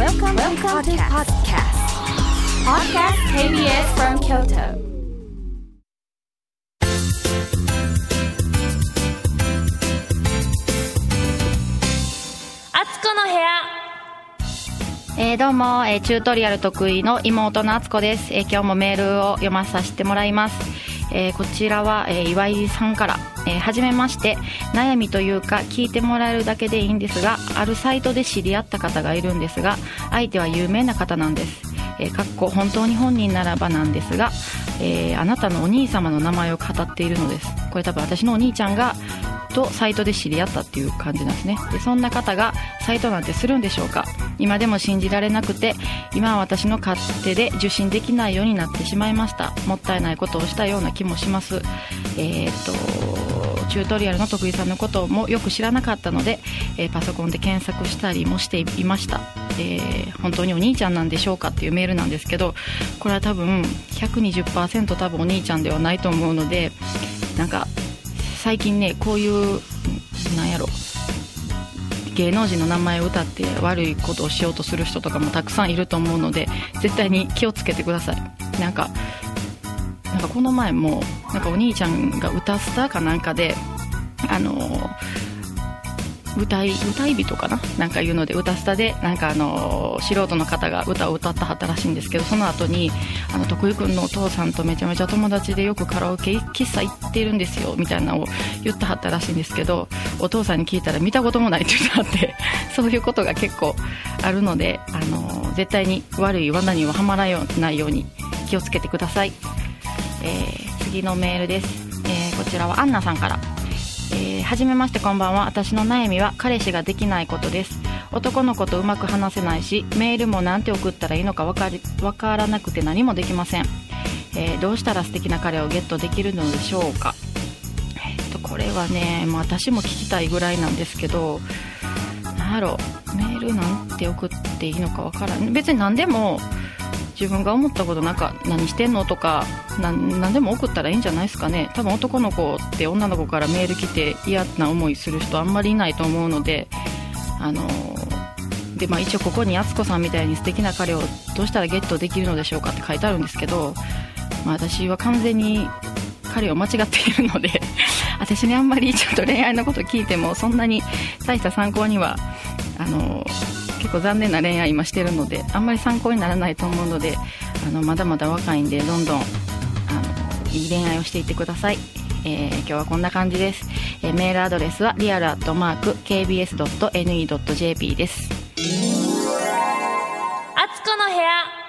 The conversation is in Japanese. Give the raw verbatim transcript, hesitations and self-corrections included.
Welcome, Welcome to podcast. Podcast ケービーエス from Kyoto. あつこの部屋。 えー、どうも、えー、チュートリアル得意の妹のあつこです。えー、今日もメールを読まさせてもらいます。えー、こちらは、えー、岩井さんから、えー、はじめまして。悩みというか聞いてもらえるだけでいいんですが、あるサイトで知り合った方がいるんですが、相手は有名な方なんです。えー、かっこ本当に本人ならばなんですが、えー、あなたのお兄様の名前を語っているのです。これ多分私のお兄ちゃんがとサイトで知り合ったっていう感じなんですね。でそんな方がサイトなんてするんでしょうか。今でも信じられなくて、今は私の勝手で受信できないようになってしまいました。もったいないことをしたような気もします。えー、っとチュートリアルの得意さんのこともよく知らなかったので、えー、パソコンで検索したりもしていました。えー、本当にお兄ちゃんなんでしょうかっていうメールなんですけど、これは多分 ひゃくにじゅっパーセント 多分お兄ちゃんではないと思うので、なんか最近ね、こういうなんやろ芸能人の名前を歌って悪いことをしようとする人とかもたくさんいると思うので、絶対に気をつけてください。なんかなんかこの前もなんかお兄ちゃんが歌スターかなんかで、あの歌い歌い人かななんかいうので、歌スタでなんかあの素人の方が歌を歌ってはったらしいんですけど、その後にあの徳井くんのお父さんとめちゃめちゃ友達でよくカラオケ喫茶行ってるんですよみたいなのを言ってはったらしいんですけど、お父さんに聞いたら見たこともないって言ってはってそういうことが結構あるので、あの絶対に悪い罠にははまらないように気をつけてください。えー、次のメールです。えー、こちらはアンナさんから。えー、はじめまして、こんばんは。私の悩みは彼氏ができないことです。男の子とうまく話せないし、メールもなんて送ったらいいのかわかり、わからなくて何もできません。えー、どうしたら素敵な彼をゲットできるのでしょうか。えー、っとこれはね、まあ、私も聞きたいぐらいなんですけど、なんやろメールなんて送っていいのかわからん。別に何でも自分が思ったことなんか何してんのとか何でも送ったらいいんじゃないですかね。多分男の子って女の子からメール来て嫌な思いする人あんまりいないと思うので、あのーでまあ、一応ここにあつこさんみたいに素敵な彼をどうしたらゲットできるのでしょうかって書いてあるんですけど、まあ、私は完全に彼を間違っているので私にあんまりちょっと恋愛のこと聞いてもそんなに大した参考にはあのー結構残念な恋愛今してるのであんまり参考にならないと思うので、あのまだまだ若いんでどんどんあのいい恋愛をしていってください。えー、今日はこんな感じです。えー、メールアドレスはリアルアットマーク ケービーエスドットエヌイードットジェーピー です。 あつこの部屋。